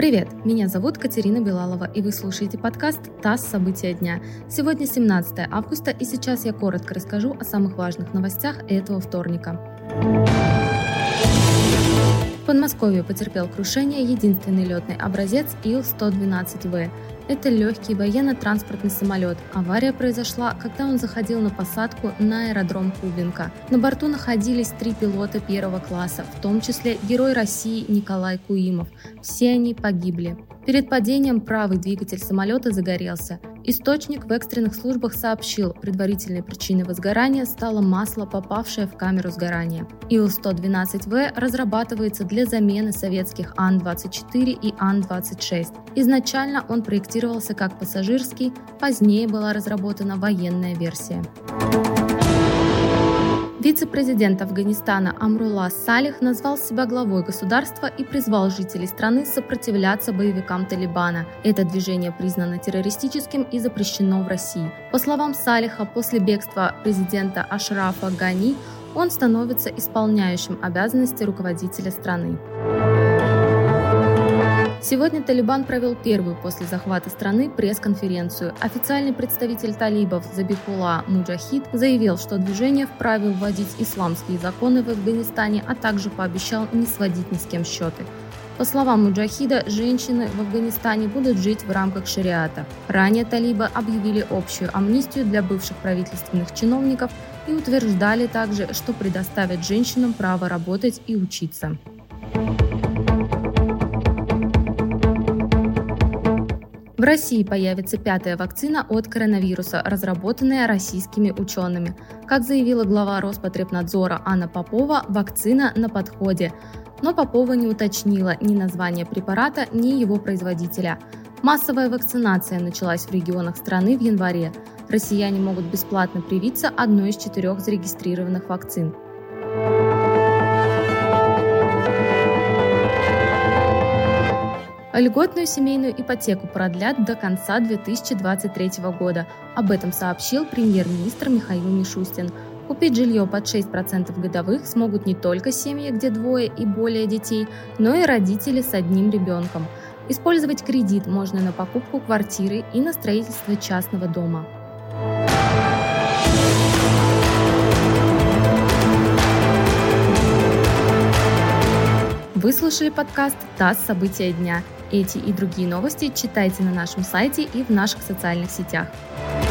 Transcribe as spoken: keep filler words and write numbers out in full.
Привет, меня зовут Катерина Белалова, и вы слушаете подкаст «ТАСС. События дня». Сегодня семнадцатое августа, и сейчас я коротко расскажу о самых важных новостях этого вторника. В Подмосковье потерпел крушение единственный летный образец Ил сто двенадцать вэ. Это легкий военно-транспортный самолет. Авария произошла, когда он заходил на посадку на аэродром Кубинка. На борту находились три пилота первого класса, в том числе герой России Николай Куимов. Все они погибли. Перед падением правый двигатель самолета загорелся. Источник в экстренных службах сообщил, предварительной причиной возгорания стало масло, попавшее в камеру сгорания. Ил сто двенадцать вэ разрабатывается для замены советских Ан двадцать четыре и Ан двадцать шесть. Изначально он проектировался как пассажирский, позднее была разработана военная версия. Вице-президент Афганистана Амрулла Салих назвал себя главой государства и призвал жителей страны сопротивляться боевикам Талибана. Это движение признано террористическим и запрещено в России. По словам Салиха, после бегства президента Ашрафа Гани он становится исполняющим обязанности руководителя страны. Сегодня Талибан провел первую после захвата страны пресс-конференцию. Официальный представитель талибов Забихулла Муджахид заявил, что движение вправе вводить исламские законы в Афганистане, а также пообещал не сводить ни с кем счеты. По словам Муджахида, женщины в Афганистане будут жить в рамках шариата. Ранее талибы объявили общую амнистию для бывших правительственных чиновников и утверждали также, что предоставят женщинам право работать и учиться. В России появится пятая вакцина от коронавируса, разработанная российскими учеными. Как заявила глава Роспотребнадзора Анна Попова, вакцина на подходе. Но Попова не уточнила ни название препарата, ни его производителя. Массовая вакцинация началась в регионах страны в январе. Россияне могут бесплатно привиться одной из четырех зарегистрированных вакцин. Льготную семейную ипотеку продлят до конца две тысячи двадцать третьего года. Об этом сообщил премьер-министр Михаил Мишустин. Купить жилье под шесть процентов годовых смогут не только семьи, где двое и более детей, но и родители с одним ребенком. Использовать кредит можно на покупку квартиры и на строительство частного дома. Вы слушали подкаст «ТАСС. События дня». Эти и другие новости читайте на нашем сайте и в наших социальных сетях.